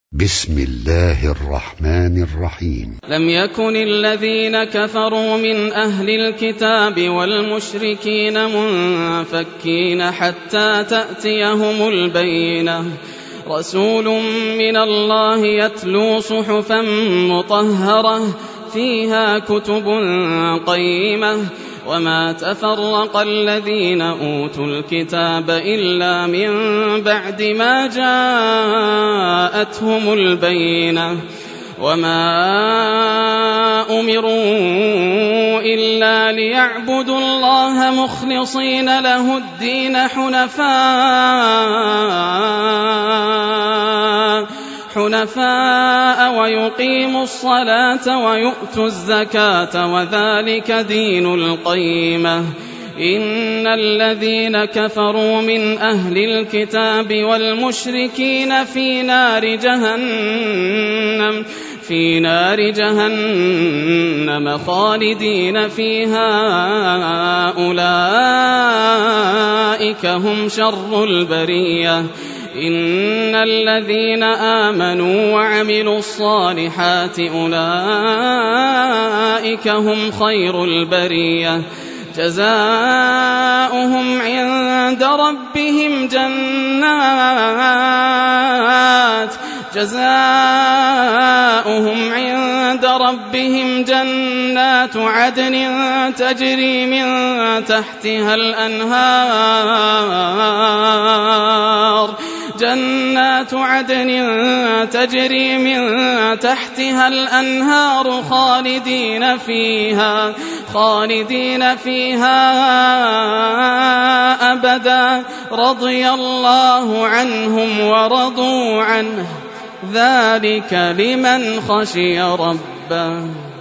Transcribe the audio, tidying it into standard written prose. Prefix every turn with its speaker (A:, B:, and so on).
A: بسم الله الرحمن الرحيم.
B: لم يكن الذين كفروا من أهل الكتاب والمشركين منفكين حتى تأتيهم البينة رسول من الله يتلو صحفا مطهرة فيها كتب قيمة وما تفرق الذين أوتوا الكتاب إلا من بعد ما جاءتهم البينة وما أمروا إلا ليعبدوا الله مخلصين له الدين حنفاء ويقيموا الصلاة ويؤتوا الزكاة وذلك دين القيمة. إن الذين كفروا من أهل الكتاب والمشركين في نار جهنم خالدين فيها أولئك هم شر البرية. إن الذين آمنوا وعملوا الصالحات أولئك هم خير البرية. جزاؤهم عند ربهم جنات عدن تجري من تحتها الأنهار خالدين فيها أبدا رضي الله عنهم ورضوا عنه ذلك لمن خشي ربه.